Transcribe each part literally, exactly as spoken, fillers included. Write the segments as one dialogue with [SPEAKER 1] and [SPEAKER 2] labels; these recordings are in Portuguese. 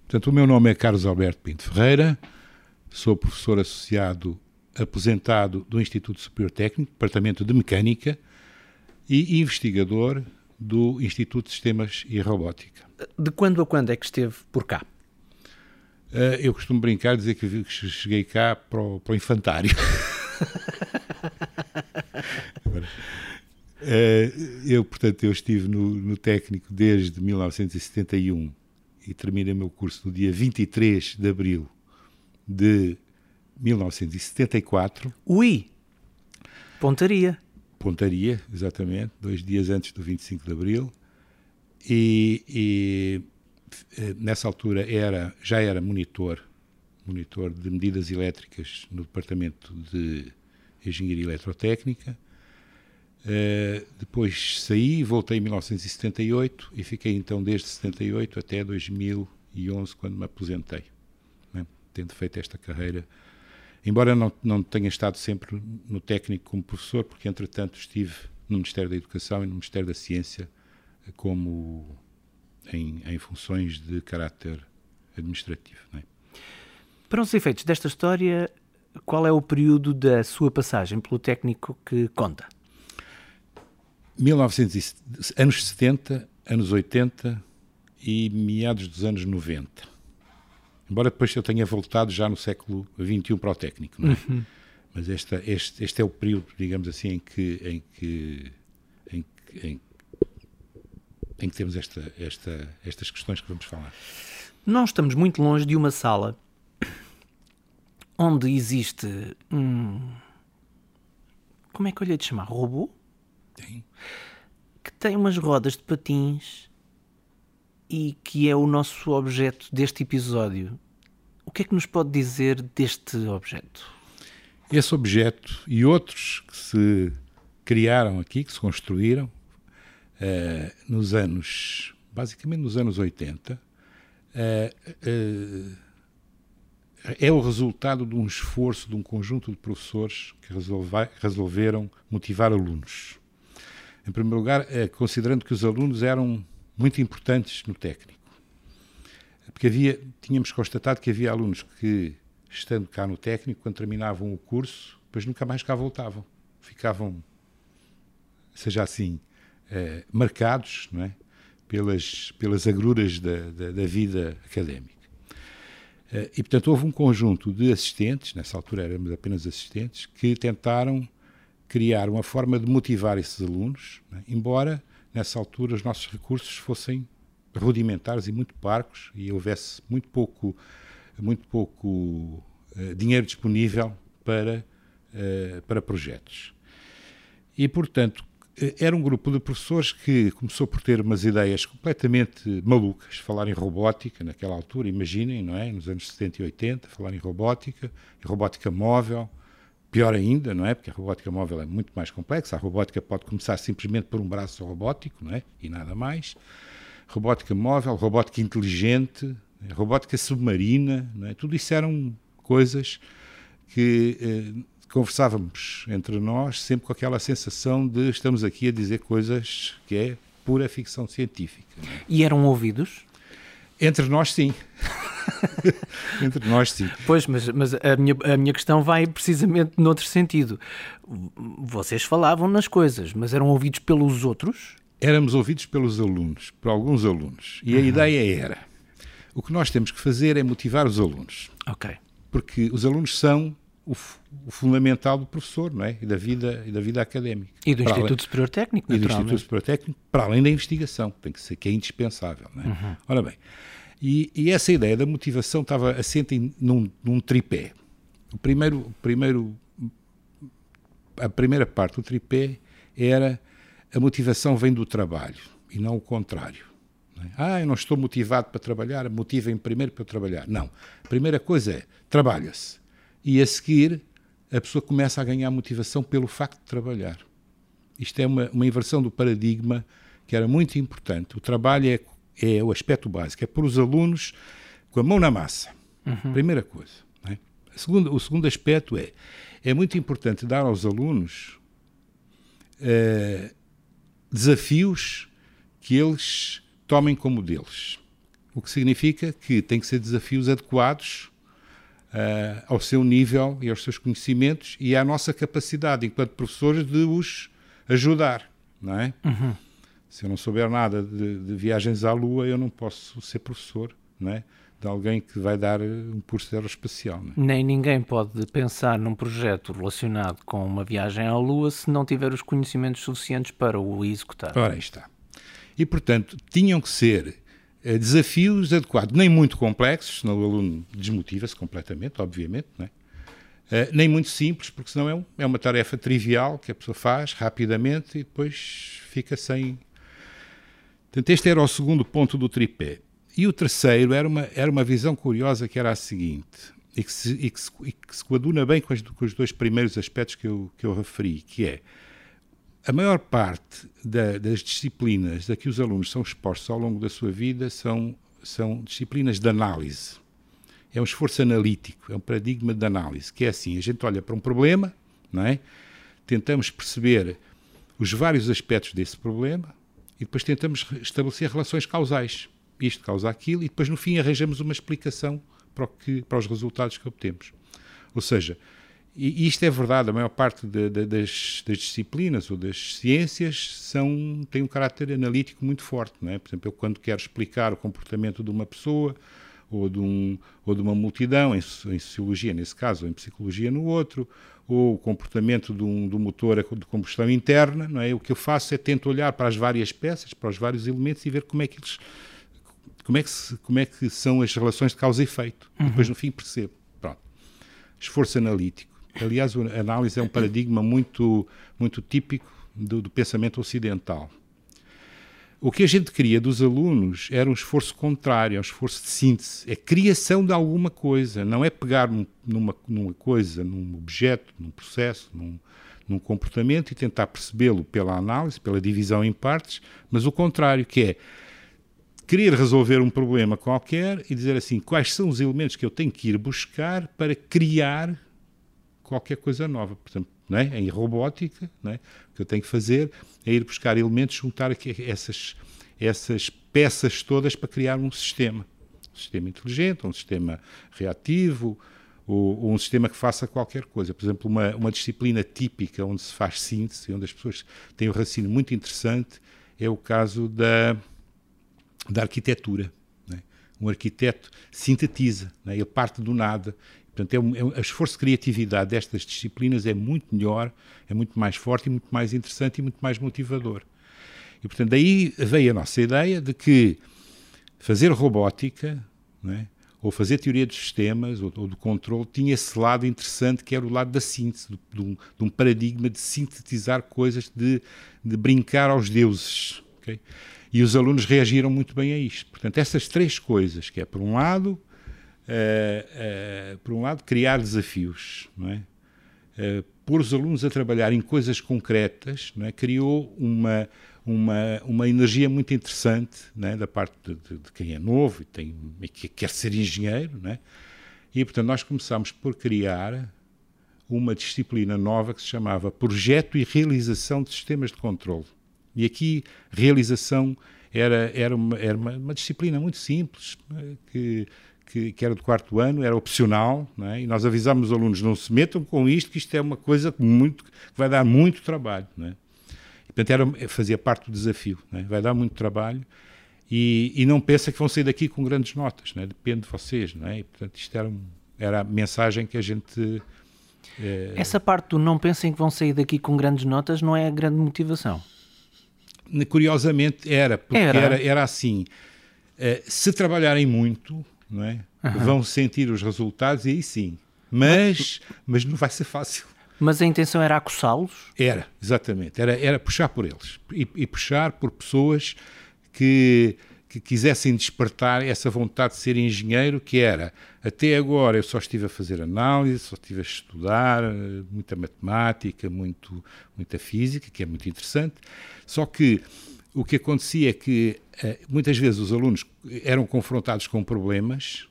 [SPEAKER 1] Portanto, o meu nome é Carlos Alberto Pinto Ferreira, sou professor associado aposentado do Instituto Superior Técnico, Departamento de Mecânica, e investigador do Instituto de Sistemas e Robótica.
[SPEAKER 2] De quando a quando é que esteve por cá?
[SPEAKER 1] Uh, eu costumo brincar e dizer que cheguei cá para o, para o infantário. uh, eu, portanto, eu estive no, no técnico desde mil novecentos e setenta e um e terminei o meu curso no dia vinte e três de abril de mil novecentos e setenta e quatro.
[SPEAKER 2] Ui! Pontaria.
[SPEAKER 1] Pontaria, exatamente, dois dias antes do vinte e cinco de abril. E, e nessa altura era, já era monitor, monitor de medidas elétricas no Departamento de Engenharia Eletrotécnica. Uh, depois saí, voltei em mil novecentos e setenta e oito e fiquei então desde setenta e oito até dois mil e onze, quando me aposentei, né? Tendo feito esta carreira, embora não, não tenha estado sempre no técnico como professor, porque entretanto estive no Ministério da Educação e no Ministério da Ciência como em, em funções de caráter administrativo, né?
[SPEAKER 2] Para os efeitos desta história, qual é o período da sua passagem pelo técnico que conta?
[SPEAKER 1] mil e novecentos, anos setenta, anos oitenta e meados dos anos noventa. Embora depois eu tenha voltado já no século vinte e um para o técnico, não é? Uhum. Mas esta, este, este é o período, digamos assim, em que, em que, em que, em, em que temos esta, esta, estas questões que vamos falar.
[SPEAKER 2] Nós estamos muito longe de uma sala onde existe um... Como é que eu lhe hei de chamar? Robô?
[SPEAKER 1] Tem.
[SPEAKER 2] Que tem umas rodas de patins e que é o nosso objeto deste episódio. O que é que nos pode dizer deste objeto?
[SPEAKER 1] Esse objeto e outros que se criaram aqui, que se construíram uh, nos anos, basicamente nos anos oitenta, uh, uh, é o resultado de um esforço de um conjunto de professores que resolve, resolveram motivar alunos. Em primeiro lugar, considerando que os alunos eram muito importantes no técnico. Porque havia, tínhamos constatado que havia alunos que, estando cá no técnico, quando terminavam o curso, depois nunca mais cá voltavam. Ficavam, seja assim, eh, marcados, não é? pelas, pelas agruras da, da, da vida académica. Eh, e, portanto, houve um conjunto de assistentes, nessa altura éramos apenas assistentes, que tentaram criar uma forma de motivar esses alunos, né? Embora nessa altura os nossos recursos fossem rudimentares e muito parcos e houvesse muito pouco, muito pouco uh, dinheiro disponível para, uh, para projetos. E, portanto, era um grupo de professores que começou por ter umas ideias completamente malucas, falar em robótica naquela altura, imaginem, não é? Nos anos setenta e oitenta, falar em robótica, em robótica móvel. Pior ainda, não é? Porque a robótica móvel é muito mais complexa. A robótica pode começar simplesmente por um braço robótico, não é? E nada mais. Robótica móvel, robótica inteligente, robótica submarina, não é? Tudo isso eram coisas que eh, conversávamos entre nós sempre com aquela sensação de estamos aqui a dizer coisas que é pura ficção científica. Não é?
[SPEAKER 2] E eram ouvidos?
[SPEAKER 1] Entre nós, sim. Entre nós, sim.
[SPEAKER 2] Pois, mas, mas a, minha, a minha questão vai precisamente noutro sentido. Vocês falavam nas coisas, mas eram ouvidos pelos outros?
[SPEAKER 1] Éramos ouvidos pelos alunos, por alguns alunos. E
[SPEAKER 2] uhum.
[SPEAKER 1] a ideia era, o que nós temos que fazer é motivar os alunos.
[SPEAKER 2] Ok.
[SPEAKER 1] Porque os alunos são o, o fundamental do professor, não é? E da vida, e da vida académica.
[SPEAKER 2] E do
[SPEAKER 1] para
[SPEAKER 2] Instituto
[SPEAKER 1] além,
[SPEAKER 2] Superior Técnico,
[SPEAKER 1] E do Instituto Superior Técnico, para além da investigação, tem que ser, que é indispensável, não é? Uhum. Ora bem, E, e essa ideia da motivação estava assente em, num, num tripé. O primeiro, o primeiro, a primeira parte do tripé era a motivação vem do trabalho e não o contrário. Não é? Ah, eu não estou motivado para trabalhar, motivem primeiro para trabalhar. Não. A primeira coisa é, trabalha-se. E a seguir, a pessoa começa a ganhar motivação pelo facto de trabalhar. Isto é uma, uma inversão do paradigma que era muito importante. O trabalho é É o aspecto básico, é pôr os alunos com a mão na massa. Uhum. Primeira coisa. Não é? A segunda, o segundo aspecto é, é muito importante dar aos alunos uh, desafios que eles tomem como deles. O que significa que tem que ser desafios adequados uh, ao seu nível e aos seus conhecimentos e à nossa capacidade, enquanto professores, de os ajudar, não é?
[SPEAKER 2] Uhum.
[SPEAKER 1] Se eu não souber nada de, de viagens à Lua, eu não posso ser professor, não é? De alguém que vai dar um curso aeroespacial. Não é?
[SPEAKER 2] Nem ninguém pode pensar num projeto relacionado com uma viagem à Lua se não tiver os conhecimentos suficientes para o executar.
[SPEAKER 1] Ora, aí está. E, portanto, tinham que ser uh, desafios adequados, nem muito complexos, senão o aluno desmotiva-se completamente, obviamente, não é? Uh, nem muito simples, porque senão é, um, é uma tarefa trivial que a pessoa faz rapidamente e depois fica sem... Portanto, este era o segundo ponto do tripé. E o terceiro era uma, era uma visão curiosa, que era a seguinte, e que se, e que se, e que se coaduna bem com, as, com os dois primeiros aspectos que eu, que eu referi, que é a maior parte da, das disciplinas a que os alunos são expostos ao longo da sua vida são, são disciplinas de análise. É um esforço analítico, é um paradigma de análise, que é assim, a gente olha para um problema, não é? Tentamos perceber os vários aspectos desse problema e depois tentamos estabelecer relações causais. Isto causa aquilo, e depois no fim arranjamos uma explicação para, o que, para os resultados que obtemos. Ou seja, e isto é verdade, a maior parte de, de, das, das disciplinas ou das ciências são, tem um caráter analítico muito forte, não é? Por exemplo, eu quando quero explicar o comportamento de uma pessoa ou de, um, ou de uma multidão, em, em sociologia nesse caso, ou em psicologia no outro, ou o comportamento de um, de um motor de combustão interna, não é? O que eu faço é tento olhar para as várias peças, para os vários elementos e ver como é que eles... Como é, que se, como é que são as relações de causa e efeito. Uhum. Depois, no fim, percebo. Pronto. Esforço analítico. Aliás, a análise é um paradigma muito, muito típico do, do pensamento ocidental. O que a gente queria dos alunos era um esforço contrário, é um esforço de síntese. É criação de alguma coisa. Não é pegar numa, numa coisa, num objeto, num processo, num, num comportamento e tentar percebê-lo pela análise, pela divisão em partes, mas o contrário, que é querer resolver um problema qualquer e dizer assim, quais são os elementos que eu tenho que ir buscar para criar qualquer coisa nova. Por exemplo, não é? Em robótica, não é? O que eu tenho que fazer é ir buscar elementos, juntar aqui essas, essas peças todas para criar um sistema. Um sistema inteligente, um sistema reativo, ou, ou um sistema que faça qualquer coisa. Por exemplo, uma, uma disciplina típica onde se faz síntese, onde as pessoas têm um raciocínio muito interessante, é o caso da... da arquitetura. Né? Um arquiteto sintetiza, né? Ele parte do nada. Portanto, é um, é um, o esforço de criatividade destas disciplinas é muito melhor, é muito mais forte e muito mais interessante e muito mais motivador. E, portanto, daí veio a nossa ideia de que fazer robótica, né? Ou fazer teoria dos sistemas ou, ou do controle tinha esse lado interessante que era o lado da síntese, de, de, um, de um paradigma de sintetizar coisas, de, de brincar aos deuses. Okay? E os alunos reagiram muito bem a isto. Portanto, essas três coisas, que é, por um lado, uh, uh, por um lado criar desafios, não é? Uh, pôr os alunos a trabalhar em coisas concretas, não é? Criou uma, uma, uma energia muito interessante, não é? Da parte de, de, de quem é novo e, tem, e que quer ser engenheiro, não é? E, portanto, nós começámos por criar uma disciplina nova que se chamava Projeto e Realização de Sistemas de Controle. E aqui, realização era, era, uma, era uma, uma disciplina muito simples, que, que, que era do quarto ano, era opcional, não é? E nós avisámos os alunos, não se metam com isto, que isto é uma coisa muito, que vai dar muito trabalho. Não é? E, portanto, era, fazia parte do desafio, não é? Vai dar muito trabalho e, e não pensa que vão sair daqui com grandes notas, não é? Depende de vocês. Não é? E, portanto, isto era, um, era a mensagem que a gente... É...
[SPEAKER 2] Essa parte do não pensem que vão sair daqui com grandes notas não é a grande motivação.
[SPEAKER 1] Curiosamente era, porque
[SPEAKER 2] era,
[SPEAKER 1] era, era assim, uh, se trabalharem muito, não é? Uhum. Vão sentir os resultados e aí sim, mas, mas não vai ser fácil.
[SPEAKER 2] Mas a intenção era acossá-los?
[SPEAKER 1] Era, exatamente, era, era puxar por eles e, e puxar por pessoas que, que quisessem despertar essa vontade de ser engenheiro, que era, até agora eu só estive a fazer análise, só estive a estudar, muita matemática, muito, muita física, que é muito interessante, só que o que acontecia é que muitas vezes os alunos eram confrontados com problemas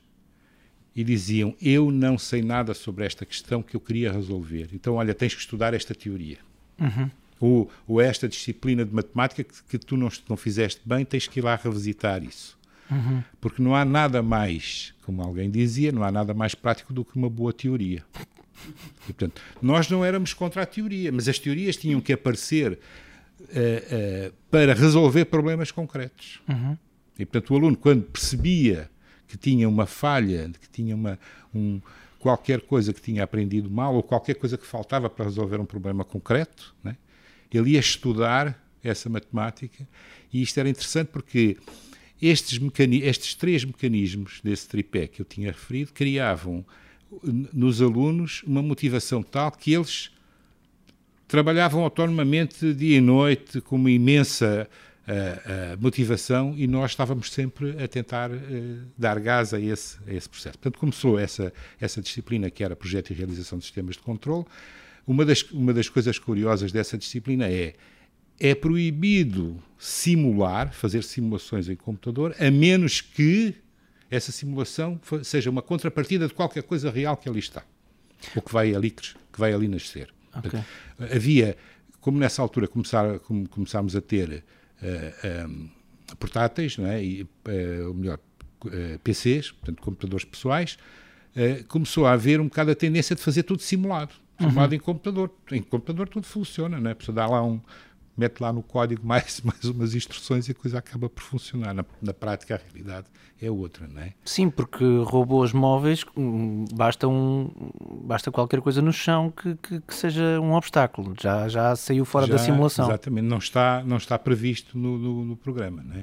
[SPEAKER 1] e diziam, eu não sei nada sobre esta questão que eu queria resolver, então olha, tens que estudar esta teoria.
[SPEAKER 2] Uhum.
[SPEAKER 1] Ou, ou esta disciplina de matemática que, que tu não, não fizeste bem, tens que ir lá revisitar isso.
[SPEAKER 2] Uhum.
[SPEAKER 1] Porque não há nada mais, como alguém dizia, não há nada mais prático do que uma boa teoria. E, portanto, nós não éramos contra a teoria, mas as teorias tinham que aparecer uh, uh, para resolver problemas concretos.
[SPEAKER 2] Uhum.
[SPEAKER 1] E, portanto, o aluno, quando percebia que tinha uma falha, que tinha uma, um, qualquer coisa que tinha aprendido mal ou qualquer coisa que faltava para resolver um problema concreto, né, ele ia estudar essa matemática, e isto era interessante porque estes, mecani- estes três mecanismos desse tripé que eu tinha referido criavam nos alunos uma motivação tal que eles trabalhavam autonomamente dia e noite com uma imensa uh, uh, motivação, e nós estávamos sempre a tentar uh, dar gás a esse, a esse processo. Portanto, começou essa, essa disciplina que era Projeto e Realização de Sistemas de Controle. Uma das, uma das coisas curiosas dessa disciplina é é proibido simular, fazer simulações em computador, a menos que essa simulação seja uma contrapartida de qualquer coisa real que ali está, ou que vai ali, que vai ali nascer.
[SPEAKER 2] Okay.
[SPEAKER 1] Portanto, havia, como nessa altura começar, como começámos a ter uh, um, portáteis, não é? E, uh, ou melhor, uh, P Cs, portanto, computadores pessoais, uh, começou a haver um bocado a tendência de fazer tudo simulado. Simulado uhum. em computador. Em computador tudo funciona, não é? A pessoa dá lá um... mete lá no código mais, mais umas instruções e a coisa acaba por funcionar. Na, na prática, a realidade é outra, não é?
[SPEAKER 2] Sim, porque robôs móveis, basta, um, basta qualquer coisa no chão que, que, que seja um obstáculo. Já, já saiu fora
[SPEAKER 1] já,
[SPEAKER 2] da simulação.
[SPEAKER 1] Exatamente, não está, não está previsto no, no, no programa, não é?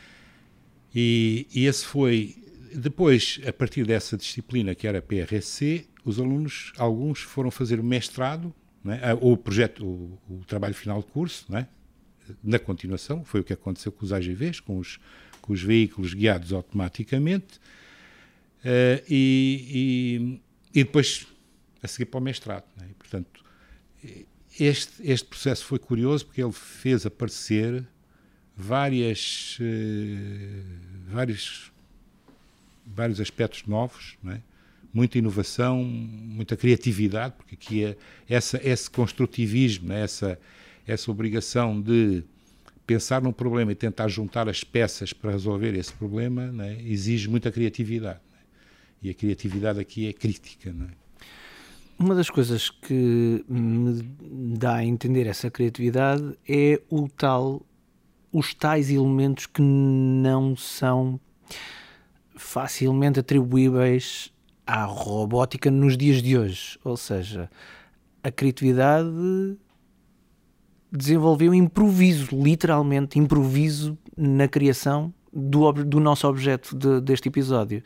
[SPEAKER 1] E, e esse foi... Depois, a partir dessa disciplina que era P R S C, os alunos, alguns foram fazer o mestrado, não é? ou o projeto, o, o trabalho final de curso, não é? Na continuação, foi o que aconteceu com os A G Vs, com os, com os veículos guiados automaticamente, uh, e, e, e depois a seguir para o mestrado. Não é? E, portanto, este, este processo foi curioso porque ele fez aparecer várias, uh, vários, vários aspectos novos, não é? Muita inovação, muita criatividade, porque aqui é essa, esse construtivismo, né? essa, essa obrigação de pensar num problema e tentar juntar as peças para resolver esse problema, né? Exige muita criatividade. Né? E a criatividade aqui é crítica. Né?
[SPEAKER 2] Uma das coisas que me dá a entender essa criatividade é o tal, os tais elementos que não são facilmente atribuíveis à robótica nos dias de hoje. Ou seja, a criatividade desenvolveu improviso, literalmente improviso na criação do, do nosso objeto de, deste episódio.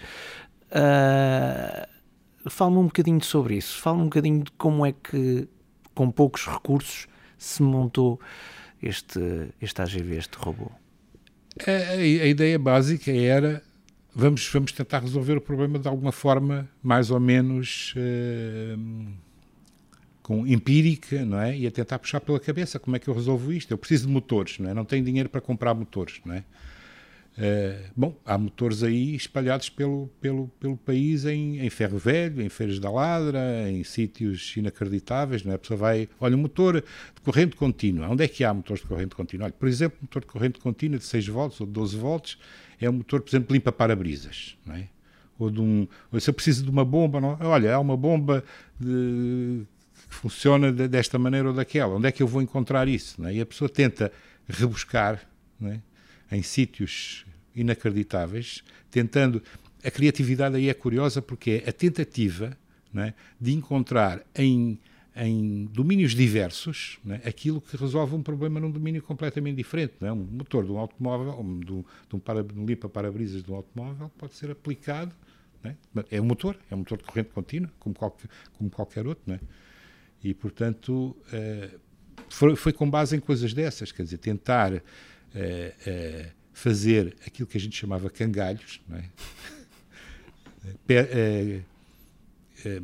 [SPEAKER 2] Uh, fala-me um bocadinho sobre isso. Fala-me um bocadinho de como é que, com poucos recursos, se montou este, este A G V, este robô.
[SPEAKER 1] A, a, a ideia básica era Vamos, vamos tentar resolver o problema de alguma forma mais ou menos uh, com empírica, não é? E a tentar puxar pela cabeça como é que eu resolvo isto. Eu preciso de motores, não é? Não tenho dinheiro para comprar motores, não é? Uh, bom, há motores aí espalhados pelo, pelo, pelo país em, em ferro velho, em feiras da Ladra, em sítios inacreditáveis, não é? A pessoa vai, olha, um motor de corrente contínua. Onde é que há motores de corrente contínua? Olha, por exemplo, um motor de corrente contínua de seis volts ou de doze volts é um motor, por exemplo, limpa para-brisas, não é? Ou de um, ou se eu preciso de uma bomba, não, olha, há uma bomba de, que funciona de, desta maneira ou daquela, onde é que eu vou encontrar isso? Não é? E a pessoa tenta rebuscar, não é? Em sítios inacreditáveis, tentando... A criatividade aí é curiosa porque é a tentativa, não é, de encontrar em, em domínios diversos, não é, aquilo que resolve um problema num domínio completamente diferente. Não é? Um motor de um automóvel, um, de um, de um, para, um limpa-parabrisas de um automóvel pode ser aplicado, não é? É um motor, é um motor de corrente contínua, como qualquer, como qualquer outro, não é? E, portanto, uh, foi, foi com base em coisas dessas, quer dizer, tentar... Uh, uh, fazer aquilo que a gente chamava cangalhos, não é? Pe- é, é,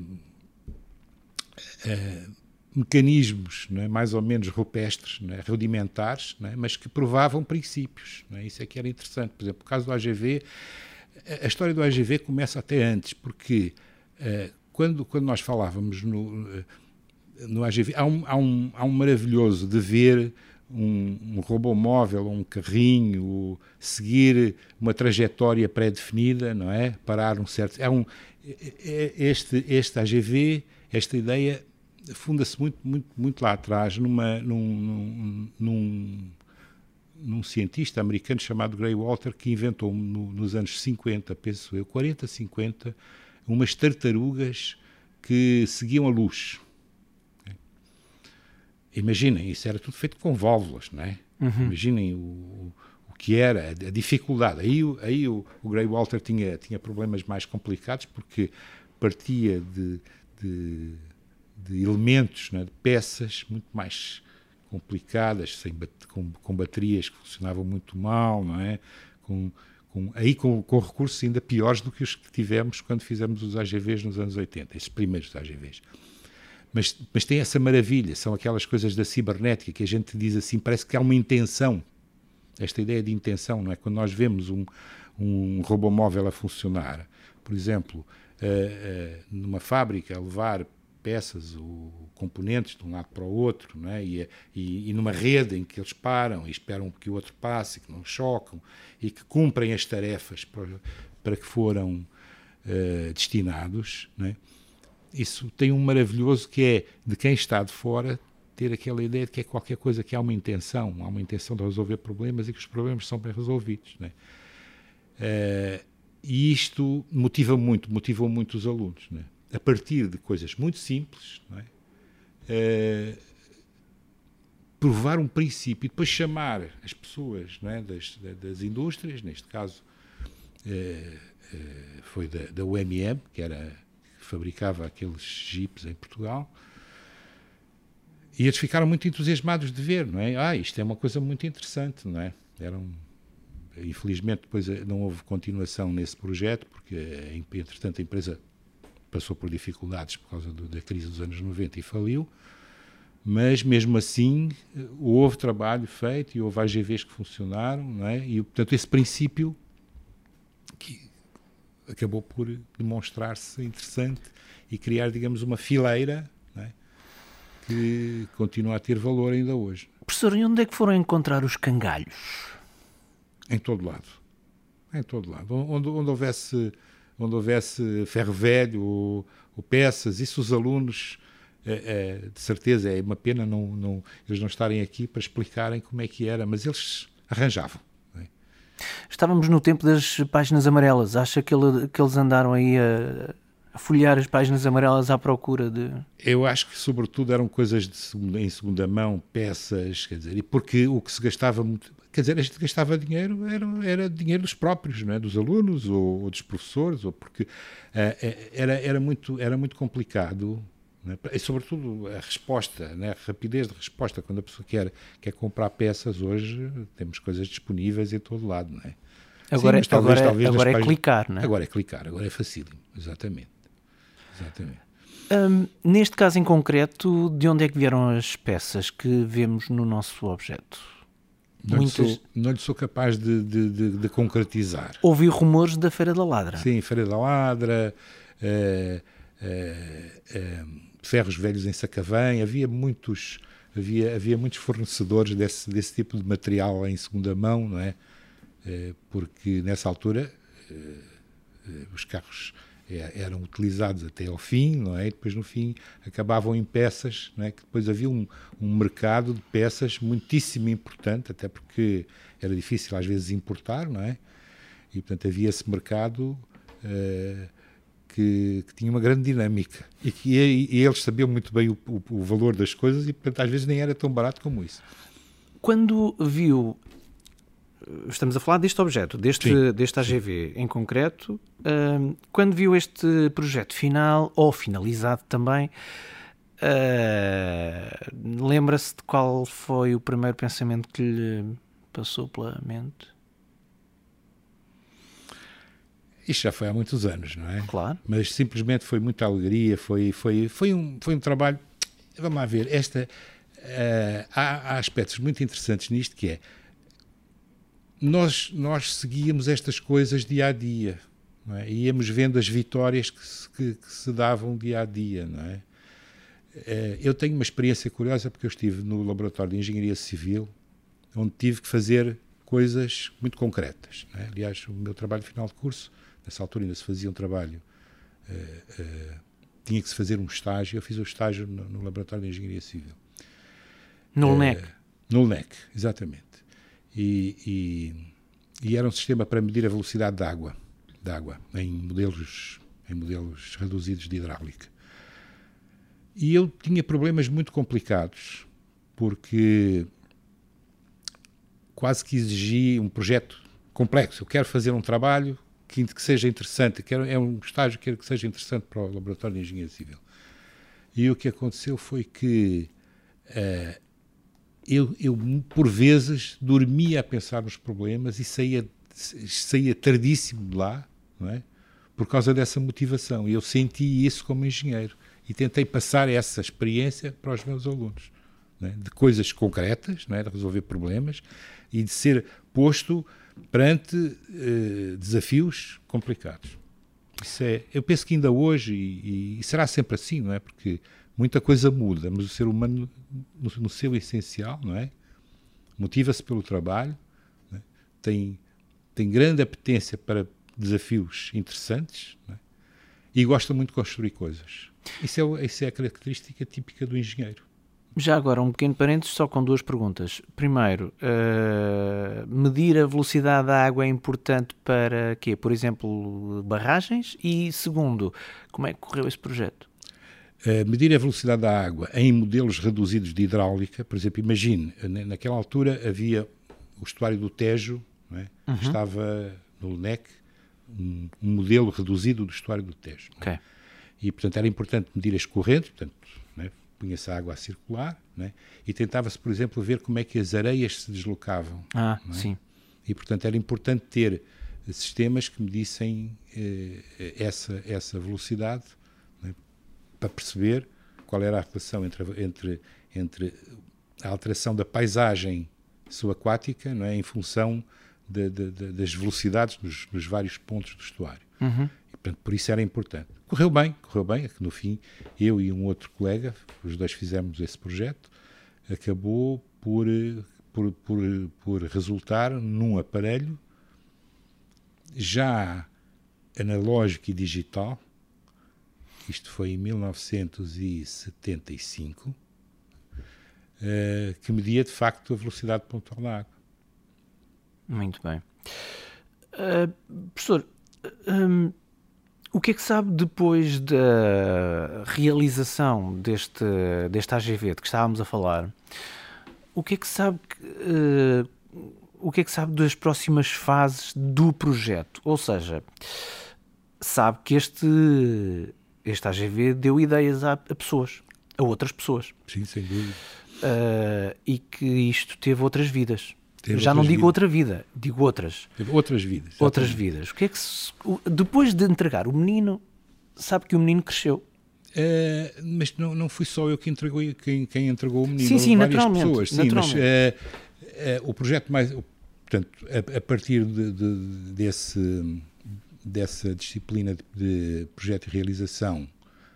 [SPEAKER 1] é, mecanismos, não é? Mais ou menos rupestres, não é? Rudimentares, não é? Mas que provavam princípios. Não é? Isso é que era interessante. Por exemplo, no caso do A G V, a história do A G V começa até antes, porque uh, quando, quando nós falávamos no, no A G V, há um, há, um, há um maravilhoso dever um, um robô móvel, um carrinho, seguir uma trajetória pré-definida, não é? Parar um certo... É um, este, este A G V, esta ideia, funda-se muito, muito, muito lá atrás numa, num, num, num cientista americano chamado Gray Walter, que inventou no, nos anos cinquenta, penso eu, quarenta, cinquenta, umas tartarugas que seguiam a luz. Imaginem, isso era tudo feito com válvulas, não é? Uhum. Imaginem o, o que era, a dificuldade. Aí, aí o, o Gray Walter tinha, tinha problemas mais complicados, porque partia de, de, de elementos, não é? De peças muito mais complicadas, sem, com, com baterias que funcionavam muito mal, não é? Com, com, aí com, com recursos ainda piores do que os que tivemos quando fizemos os A G Vs nos anos oitenta, esses primeiros A G Vs. Mas, mas tem essa maravilha, são aquelas coisas da cibernética que a gente diz assim, parece que há uma intenção, esta ideia de intenção, não é? Quando nós vemos um, um robô móvel a funcionar, por exemplo, uh, uh, numa fábrica a levar peças ou componentes de um lado para o outro, não é? e, e, e numa rede em que eles param e esperam que o outro passe, que não chocam e que cumprem as tarefas para, para que foram uh, destinados, não é? Isso tem um maravilhoso que é de quem está de fora ter aquela ideia de que é qualquer coisa que há uma intenção, há uma intenção de resolver problemas e que os problemas são bem resolvidos, não é? Uh, e isto motiva muito, motivou muito os alunos, não é? A partir de coisas muito simples, não é? Uh, provar um princípio e depois chamar as pessoas, não é? das, das indústrias, neste caso uh, uh, foi da, da U M M, que era, fabricava aqueles jipes em Portugal, e eles ficaram muito entusiasmados de ver, não é? Ah, isto é uma coisa muito interessante, não é? Eram, infelizmente depois não houve continuação nesse projeto, porque entretanto a empresa passou por dificuldades por causa do, da crise dos anos noventa e faliu, mas mesmo assim houve trabalho feito e houve A G Vs que funcionaram, não é? E portanto esse princípio que acabou por demonstrar-se interessante e criar, digamos, uma fileira, não é? Que continua a ter valor ainda hoje.
[SPEAKER 2] Professor, e onde é que foram encontrar os cangalhos?
[SPEAKER 1] Em todo lado. Em todo lado. Onde, onde houvesse... onde houvesse ferro velho ou, ou peças, isso os alunos, é, é, de certeza, é uma pena não, não, eles não estarem aqui para explicarem como é que era, mas eles arranjavam. Não é?
[SPEAKER 2] Estávamos no tempo das páginas amarelas, acha que, ele, que eles andaram aí a, a folhear as páginas amarelas à procura de...
[SPEAKER 1] Eu acho que sobretudo eram coisas de segunda, em segunda mão, peças, quer dizer, e porque o que se gastava muito... Quer dizer, a gente gastava dinheiro, era, era dinheiro dos próprios, não é? Dos alunos ou, ou dos professores, ou porque uh, era, era, muito, era muito complicado, não é? E sobretudo a resposta, não é? A rapidez de resposta, quando a pessoa quer, quer comprar peças, hoje temos coisas disponíveis em todo lado, não é?
[SPEAKER 2] Agora,
[SPEAKER 1] Sim, talvez,
[SPEAKER 2] agora,
[SPEAKER 1] talvez
[SPEAKER 2] agora é
[SPEAKER 1] páginas...
[SPEAKER 2] clicar, não é?
[SPEAKER 1] Agora é clicar, agora é facílimo, exatamente. Exatamente.
[SPEAKER 2] Um, neste caso em concreto, de onde é que vieram as peças que vemos no nosso objeto?
[SPEAKER 1] Não,
[SPEAKER 2] Muitas...
[SPEAKER 1] lhe sou, não lhe sou capaz de, de, de, de concretizar.
[SPEAKER 2] Ouvi rumores da Feira da Ladra.
[SPEAKER 1] Sim, Feira da Ladra, uh, uh, uh, ferros velhos em Sacavém, havia muitos, havia, havia muitos fornecedores desse, desse tipo de material em segunda mão, não é? Uh, porque nessa altura uh, uh, os carros eram utilizados até ao fim, não é? E depois no fim acabavam em peças, não é? Que depois havia um, um mercado de peças muitíssimo importante, até porque era difícil às vezes importar, não é? E portanto havia esse mercado uh, que, que tinha uma grande dinâmica e que e, e eles sabiam muito bem o, o, o valor das coisas e portanto às vezes nem era tão barato como isso.
[SPEAKER 2] Quando viu... Estamos a falar deste objeto, deste, deste A G V em concreto. Uh, quando viu este projeto final, ou finalizado também, uh, lembra-se de qual foi o primeiro pensamento que lhe passou pela mente?
[SPEAKER 1] Isto já foi há muitos anos, não é?
[SPEAKER 2] Claro.
[SPEAKER 1] Mas simplesmente foi muita alegria, foi, foi, foi, um, foi um trabalho... Vamos lá ver, esta, uh, há, há aspectos muito interessantes nisto, que é Nós, nós seguíamos estas coisas dia a dia, não é? E íamos vendo as vitórias que se, que, que se davam dia a dia, não é? Eu tenho uma experiência curiosa porque eu estive no Laboratório de Engenharia Civil onde tive que fazer coisas muito concretas, não é? Aliás, o meu trabalho final de curso, nessa altura ainda se fazia um trabalho, uh, uh, tinha que se fazer um estágio, eu fiz o estágio no, no Laboratório de Engenharia Civil.
[SPEAKER 2] No L N E C? Uh,
[SPEAKER 1] no L N E C, exatamente. E, e, e era um sistema para medir a velocidade da água, da água em modelos, em modelos reduzidos de hidráulica. E eu tinha problemas muito complicados, porque quase que exigia um projeto complexo. Eu quero fazer um trabalho que, que seja interessante, quero, é um estágio que quero que seja interessante para o Laboratório de Engenharia Civil. E o que aconteceu foi que uh, eu, eu, por vezes, dormia a pensar nos problemas e saía, saía tardíssimo de lá, não é? Por causa dessa motivação. E eu senti isso como engenheiro. E tentei passar essa experiência para os meus alunos, não é? De coisas concretas, não é? De resolver problemas e de ser posto perante eh, desafios complicados. Isso é, eu penso que ainda hoje, e, e será sempre assim, não é? Porque muita coisa muda, mas o ser humano, no, no seu essencial, não é? Motiva-se pelo trabalho, não é? tem, tem grande apetência para desafios interessantes, não é? E gosta muito de construir coisas. Isso é, isso é a característica típica do engenheiro.
[SPEAKER 2] Já agora, um pequeno parênteses só com duas perguntas. Primeiro, uh, medir a velocidade da água é importante para quê? Por exemplo, barragens? E segundo, como é que correu esse projeto?
[SPEAKER 1] Uh, medir a velocidade da água em modelos reduzidos de hidráulica, por exemplo, imagine, naquela altura havia o estuário do Tejo, não é? Uhum. Estava no L N E C, um, um modelo reduzido do estuário do Tejo.
[SPEAKER 2] Ok.
[SPEAKER 1] E, portanto, era importante medir as correntes, portanto, não é? Punha-se a água a circular, não é? E tentava-se, por exemplo, ver como é que as areias se deslocavam.
[SPEAKER 2] Ah,
[SPEAKER 1] não é?
[SPEAKER 2] Sim.
[SPEAKER 1] E, portanto, era importante ter sistemas que medissem eh, essa, essa velocidade, não é? Para perceber qual era a relação entre, entre, entre a alteração da paisagem subaquática, não é? Em função de, de, de, das velocidades dos, dos vários pontos do estuário.
[SPEAKER 2] Uhum.
[SPEAKER 1] E, portanto, por isso era importante. Correu bem, correu bem, é que no fim, eu e um outro colega, os dois fizemos esse projeto, acabou por, por, por, por resultar num aparelho já analógico e digital, isto foi em mil novecentos e setenta e cinco, uh, que media de facto a velocidade pontual da água.
[SPEAKER 2] Muito bem. Uh, professor, um, o que é que sabe depois da realização deste, deste A G V de que estávamos a falar? O que é que sabe, uh, o que é que sabe das próximas fases do projeto? Ou seja, sabe que este, este A G V deu ideias a, a pessoas, a outras pessoas.
[SPEAKER 1] Sim, sem dúvida.
[SPEAKER 2] Uh, e que isto teve outras vidas.
[SPEAKER 1] Teve
[SPEAKER 2] Já não digo
[SPEAKER 1] vidas.
[SPEAKER 2] outra vida, digo outras.
[SPEAKER 1] Teve outras vidas.
[SPEAKER 2] Outras vidas. O que é que se, depois de entregar o menino, sabe que o menino cresceu?
[SPEAKER 1] Uh, mas não, não fui só eu que entregou, quem, quem entregou o menino.
[SPEAKER 2] Sim, sim,
[SPEAKER 1] várias
[SPEAKER 2] naturalmente.
[SPEAKER 1] Pessoas. Sim,
[SPEAKER 2] naturalmente.
[SPEAKER 1] Mas uh, uh, o projeto mais... Portanto, a, a partir de, de, desse, dessa disciplina de, de projeto e realização,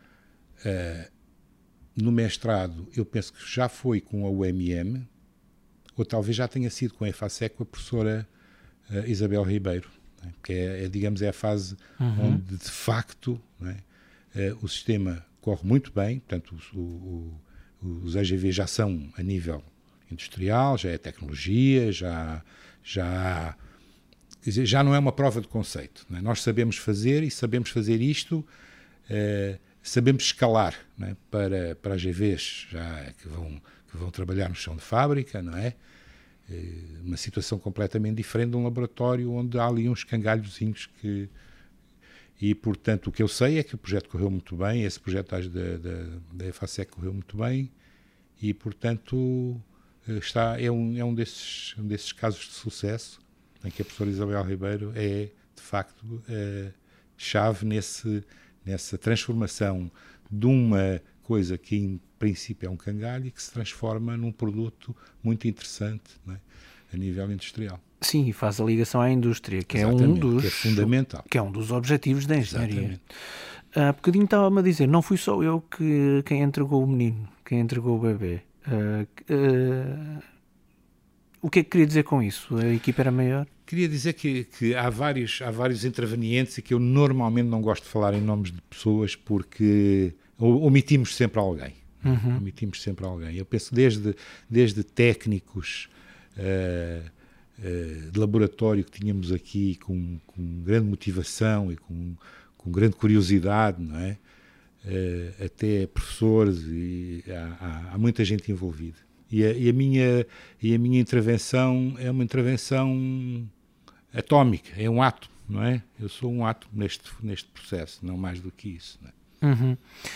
[SPEAKER 1] uh, no mestrado, eu penso que já foi com a U M M, ou talvez já tenha sido com a EFASEC, com a professora uh, Isabel Ribeiro, né? Que é, é, digamos, é a fase uhum. onde, de facto, né, uh, o sistema corre muito bem, portanto, o, o, os A G V já são a nível industrial, já é tecnologia, já, já, quer dizer, já não é uma prova de conceito. Né? Nós sabemos fazer e sabemos fazer isto, uh, sabemos escalar, né, para, para A G Vs já, que, vão, que vão trabalhar no chão de fábrica, não é? Uma situação completamente diferente de um laboratório onde há ali uns cangalhozinhos que... E, portanto, o que eu sei é que o projeto correu muito bem, esse projeto da, da, da EFASEC correu muito bem e, portanto, está, é, um, é um, desses, um desses casos de sucesso em que a professora Isabel Ribeiro é, de facto, é, chave nesse, nessa transformação de uma coisa que, em princípio, é um cangalho e que se transforma num produto muito interessante, não é? A nível industrial.
[SPEAKER 2] Sim, e faz a ligação à indústria, que
[SPEAKER 1] Exatamente,
[SPEAKER 2] é um dos...
[SPEAKER 1] que é fundamental.
[SPEAKER 2] Que é um dos objetivos da engenharia.
[SPEAKER 1] Exatamente.
[SPEAKER 2] Há bocadinho estava-me a dizer, não fui só eu que, quem entregou o menino, quem entregou o bebê. Uh, uh, O que é que queria dizer com isso? A equipa era maior?
[SPEAKER 1] Queria dizer que, que há, vários, há vários intervenientes e que eu normalmente não gosto de falar em nomes de pessoas porque omitimos sempre alguém. Uhum. Omitimos sempre alguém. Eu penso desde, desde técnicos uh, uh, de laboratório que tínhamos aqui com, com grande motivação e com, com grande curiosidade, não é? Uh, até professores, e há, há, há muita gente envolvida. E a, e, a minha, e a minha intervenção é uma intervenção atómica, é um átomo, não é? Eu sou um átomo neste, neste processo, não mais do que isso. Não é?
[SPEAKER 2] Uhum.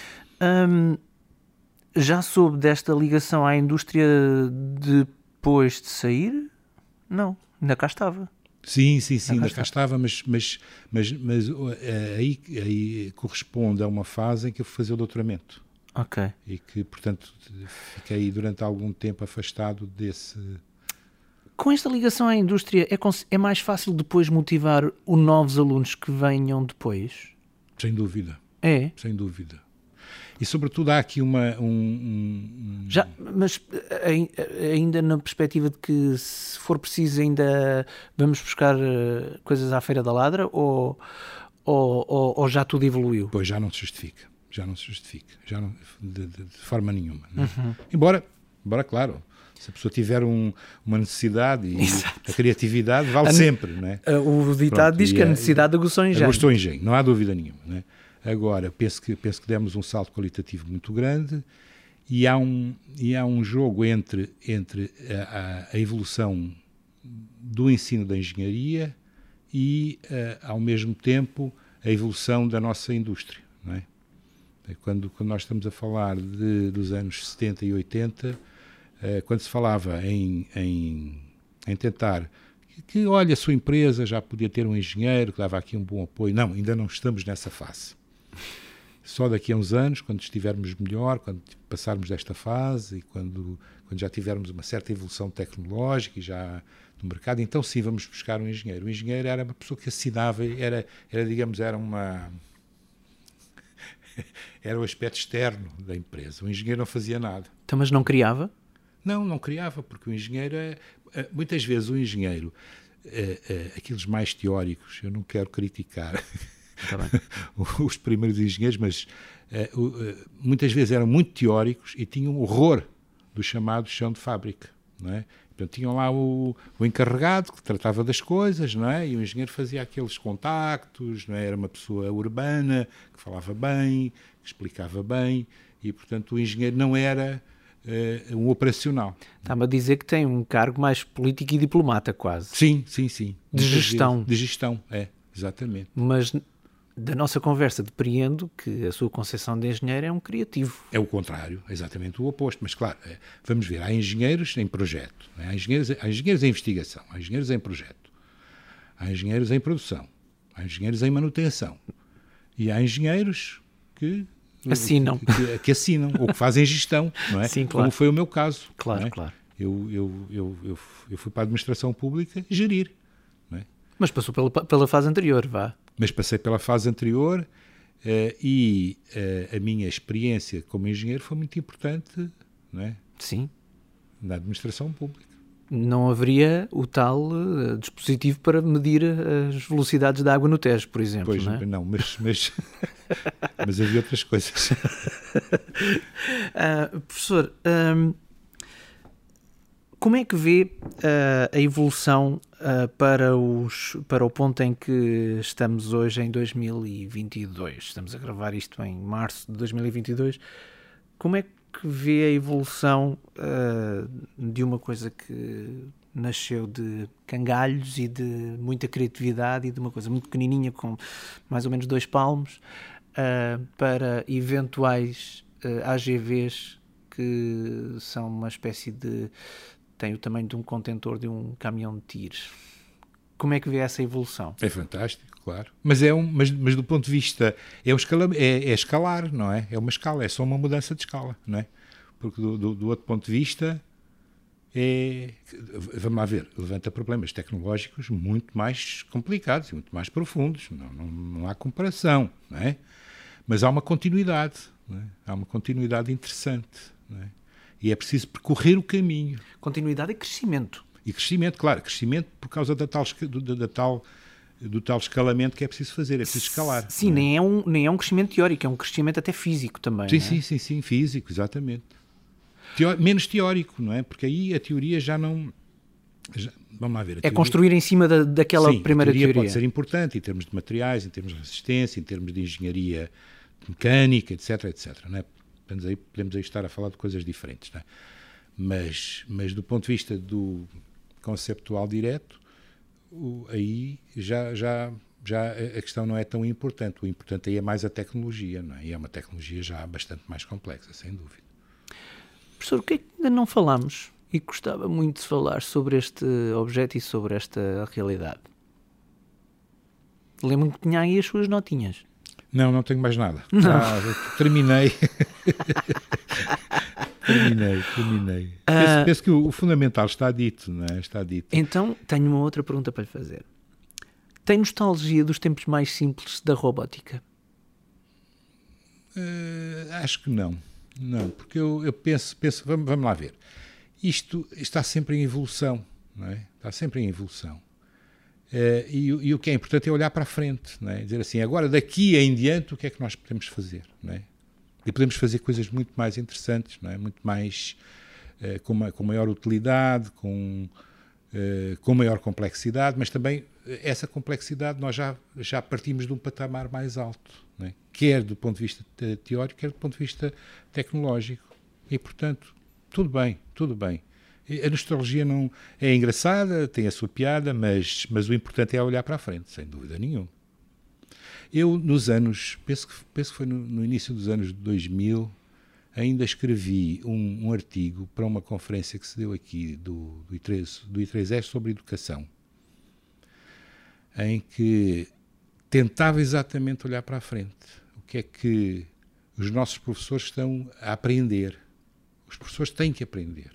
[SPEAKER 2] Um, já soube desta ligação à indústria depois de sair? Não, ainda cá estava.
[SPEAKER 1] Sim, sim, sim, ainda cá estava, mas, mas, mas, mas aí, aí corresponde a uma fase em que eu fui fazer o doutoramento.
[SPEAKER 2] Ok.
[SPEAKER 1] E que, portanto, fiquei durante algum tempo afastado desse...
[SPEAKER 2] Com esta ligação à indústria, é, é mais fácil depois motivar os novos alunos que venham depois?
[SPEAKER 1] Sem dúvida.
[SPEAKER 2] É?
[SPEAKER 1] Sem dúvida. E, sobretudo, há aqui uma... Um, um...
[SPEAKER 2] Já, mas ainda na perspectiva de que, se for preciso, ainda vamos buscar coisas à Feira da Ladra ou, ou, ou, ou já tudo evoluiu?
[SPEAKER 1] Pois, já não se justifica. Já não se justifica. Já não, de, de, de forma nenhuma. Né? Uhum. Embora, embora, claro... Se a pessoa tiver um, uma necessidade e Exato. A criatividade vale a, sempre, não é?
[SPEAKER 2] O ditado Pronto, diz que a necessidade aguçou o engenho.
[SPEAKER 1] Aguçou o engenho, não há dúvida nenhuma. Não é? Agora, penso que, penso que demos um salto qualitativo muito grande e há um, e há um jogo entre, entre a, a evolução do ensino da engenharia e, a, ao mesmo tempo, a evolução da nossa indústria. Não é? Quando, quando nós estamos a falar de, dos anos setenta e oitenta... quando se falava em, em, em tentar que, que, olha, a sua empresa já podia ter um engenheiro que dava aqui um bom apoio. Não, ainda não estamos nessa fase. Só daqui a uns anos, quando estivermos melhor, quando passarmos desta fase e quando, quando já tivermos uma certa evolução tecnológica e já no mercado, então sim vamos buscar um engenheiro. O engenheiro era uma pessoa que assinava, era, era digamos, era uma... era o aspecto externo da empresa. O engenheiro não fazia nada.
[SPEAKER 2] Então, mas não criava?
[SPEAKER 1] Não, não criava, porque o engenheiro, é, muitas vezes o engenheiro, é, é, aqueles mais teóricos, eu não quero criticar
[SPEAKER 2] tá bem.
[SPEAKER 1] os primeiros engenheiros, mas é, muitas vezes eram muito teóricos e tinham horror do chamado chão de fábrica, não é? Portanto, tinham lá o, o encarregado que tratava das coisas, não é? E o engenheiro fazia aqueles contactos, não é? Era uma pessoa urbana, que falava bem, que explicava bem, e, portanto, o engenheiro não era... Uh, um operacional.
[SPEAKER 2] Está-me a dizer que tem um cargo mais político e diplomata, quase.
[SPEAKER 1] Sim, sim, sim.
[SPEAKER 2] De gestão.
[SPEAKER 1] Vezes, de gestão, é, exatamente.
[SPEAKER 2] Mas da nossa conversa depreendo que a sua concepção de engenheiro é um criativo.
[SPEAKER 1] É o contrário, é exatamente o oposto. Mas, claro, é, vamos ver, há engenheiros em projeto, é? há, engenheiros, há engenheiros em investigação, há engenheiros em projeto, há engenheiros em produção, há engenheiros em manutenção e há engenheiros que...
[SPEAKER 2] Assinam.
[SPEAKER 1] Que, que, que assinam, ou que fazem gestão, não é?
[SPEAKER 2] Sim, claro.
[SPEAKER 1] Como foi o meu caso.
[SPEAKER 2] Claro,
[SPEAKER 1] é?
[SPEAKER 2] claro.
[SPEAKER 1] Eu, eu, eu, eu, eu fui para a administração pública gerir. Não é?
[SPEAKER 2] Mas passou pela, pela fase anterior, vá.
[SPEAKER 1] Mas passei pela fase anterior uh, e uh, a minha experiência como engenheiro foi muito importante, não é?
[SPEAKER 2] Sim.
[SPEAKER 1] Na administração pública.
[SPEAKER 2] Não haveria o tal uh, dispositivo para medir as velocidades da água no Tejo, por exemplo.
[SPEAKER 1] Pois,
[SPEAKER 2] não, é?
[SPEAKER 1] não mas, mas, mas havia outras coisas.
[SPEAKER 2] uh, professor, um, como é que vê uh, a evolução uh, para, os, para o ponto em que estamos hoje, em dois mil e vinte e dois? Estamos a gravar isto em março de dois mil e vinte e dois. Como é que que vê a evolução uh, de uma coisa que nasceu de cangalhos e de muita criatividade e de uma coisa muito pequenininha com mais ou menos dois palmos uh, para eventuais uh, A G Vs que são uma espécie de... têm o tamanho de um contentor de um caminhão de tiros. Como é que vê essa evolução?
[SPEAKER 1] É fantástico, claro. Mas, é um, mas, mas do ponto de vista... É, um escala, é, é escalar, não é? É uma escala, é só uma mudança de escala, não é? Porque do, do, do outro ponto de vista é... Vamos lá ver, levanta problemas tecnológicos muito mais complicados e muito mais profundos. Não, não, não há comparação, não é? Mas há uma continuidade, não é? Há uma continuidade interessante, não é? E é preciso percorrer o caminho.
[SPEAKER 2] Continuidade e crescimento.
[SPEAKER 1] E crescimento, claro, crescimento por causa da tal, do, da tal, do tal escalamento que é preciso fazer, é preciso escalar.
[SPEAKER 2] Sim,
[SPEAKER 1] não é?
[SPEAKER 2] nem, é um, nem é um crescimento teórico, é um crescimento até físico também.
[SPEAKER 1] Sim,
[SPEAKER 2] não é?
[SPEAKER 1] sim, sim, sim, físico, exatamente. Teó- menos teórico, não é? Porque aí a teoria já não... Já, vamos lá ver. A
[SPEAKER 2] É
[SPEAKER 1] teoria,
[SPEAKER 2] construir em cima da, daquela
[SPEAKER 1] sim,
[SPEAKER 2] primeira
[SPEAKER 1] a teoria,
[SPEAKER 2] teoria.
[SPEAKER 1] pode ser importante em termos de materiais, em termos de resistência, em termos de engenharia mecânica, etc, etc. Não é? Podemos, aí, podemos aí estar a falar de coisas diferentes, não é? Mas, mas do ponto de vista do conceptual direto, o, aí já, já, já a questão não é tão importante. O importante aí é mais a tecnologia, não é? E é uma tecnologia já bastante mais complexa, sem dúvida.
[SPEAKER 2] Professor, o que é que ainda não falámos e gostava muito de falar sobre este objeto e sobre esta realidade? Lembro-me que tinha aí as suas notinhas.
[SPEAKER 1] Não, não tenho mais nada.
[SPEAKER 2] Não.
[SPEAKER 1] Já, terminei. terminei, terminei.
[SPEAKER 2] Ah,
[SPEAKER 1] penso, penso que o, o fundamental está dito, não é? Está dito.
[SPEAKER 2] Então, tenho uma outra pergunta para lhe fazer. Tem nostalgia dos tempos mais simples da robótica?
[SPEAKER 1] Uh, acho que não. Não, porque eu, eu penso, penso vamos, vamos lá ver. Isto está sempre em evolução, não é? Está sempre em evolução. Uh, e, e o que é importante é olhar para a frente, não é? Dizer assim, agora daqui em diante o que é que nós podemos fazer, não é? E podemos fazer coisas muito mais interessantes, não é? Muito mais, uh, com, uma, com maior utilidade, com, uh, com maior complexidade, mas também essa complexidade nós já, já partimos de um patamar mais alto, não é? Quer do ponto de vista teórico, quer do ponto de vista tecnológico. E, portanto, tudo bem, tudo bem. A nostalgia não é engraçada, tem a sua piada, mas, mas o importante é olhar para a frente, sem dúvida nenhuma. Eu, nos anos, penso que, penso que foi no, no início dos anos dois mil, ainda escrevi um, um artigo para uma conferência que se deu aqui do, do I três, do I três S sobre educação, em que tentava exatamente olhar para a frente. O que é que os nossos professores estão a aprender? Os professores têm que aprender.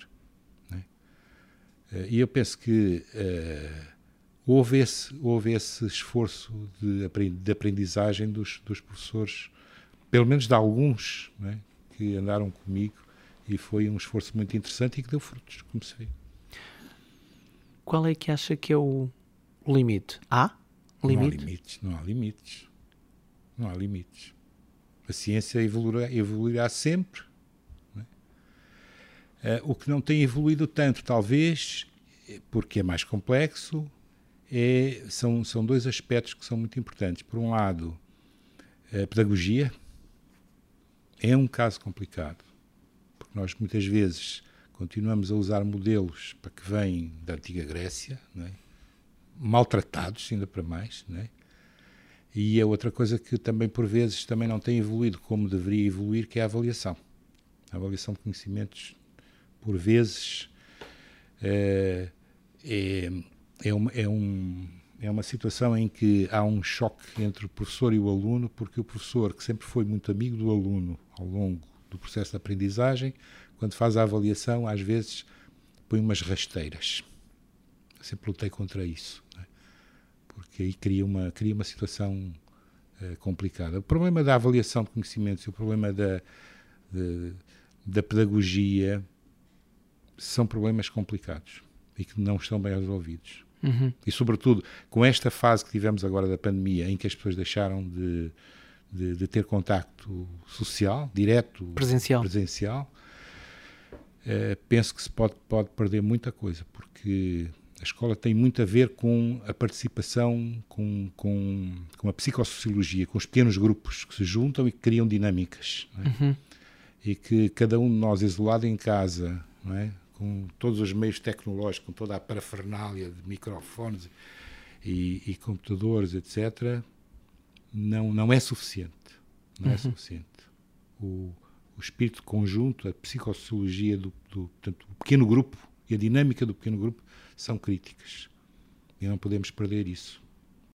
[SPEAKER 1] E eu penso que uh, houve, esse, houve esse esforço de, de aprendizagem dos, dos professores, pelo menos de alguns, não é? Que andaram comigo, e foi um esforço muito interessante e que deu frutos, como se vê.
[SPEAKER 2] Qual é que acha que é o limite? Há limite?
[SPEAKER 1] Não há limites, não há limites. Não há limites. A ciência evoluirá, evoluirá sempre. Uh, o que não tem evoluído tanto, talvez, porque é mais complexo, é, são, são dois aspectos que são muito importantes. Por um lado, a pedagogia é um caso complicado, porque nós muitas vezes continuamos a usar modelos para que vêm da antiga Grécia, não é? Maltratados, ainda para mais, não é? E a outra coisa que também, por vezes, também não tem evoluído como deveria evoluir, que é a avaliação. A avaliação de conhecimentos, por vezes, é, é, é, uma, é, um, é uma situação em que há um choque entre o professor e o aluno, porque o professor, que sempre foi muito amigo do aluno ao longo do processo de aprendizagem, quando faz a avaliação, às vezes põe umas rasteiras. Eu sempre lutei contra isso, não é? Porque aí cria uma, cria uma situação uh, complicada. O problema da avaliação de conhecimentos e o problema da, de, da pedagogia são problemas complicados e que não estão bem resolvidos.
[SPEAKER 2] Uhum.
[SPEAKER 1] E, sobretudo, com esta fase que tivemos agora da pandemia, em que as pessoas deixaram de, de, de ter contacto social, direto,
[SPEAKER 2] presencial,
[SPEAKER 1] presencial uh, penso que se pode, pode perder muita coisa, porque a escola tem muito a ver com a participação, com, com, com a psicossociologia, com os pequenos grupos que se juntam e que criam dinâmicas. Não é?
[SPEAKER 2] Uhum.
[SPEAKER 1] E que cada um de nós, isolado em casa, não é? Com todos os meios tecnológicos, com toda a parafernália de microfones e, e computadores, etcétera, não, não é suficiente. Não uhum. é suficiente. O, o espírito conjunto, a psicossociologia do, do, portanto, do pequeno grupo e a dinâmica do pequeno grupo são críticas. E não podemos perder isso.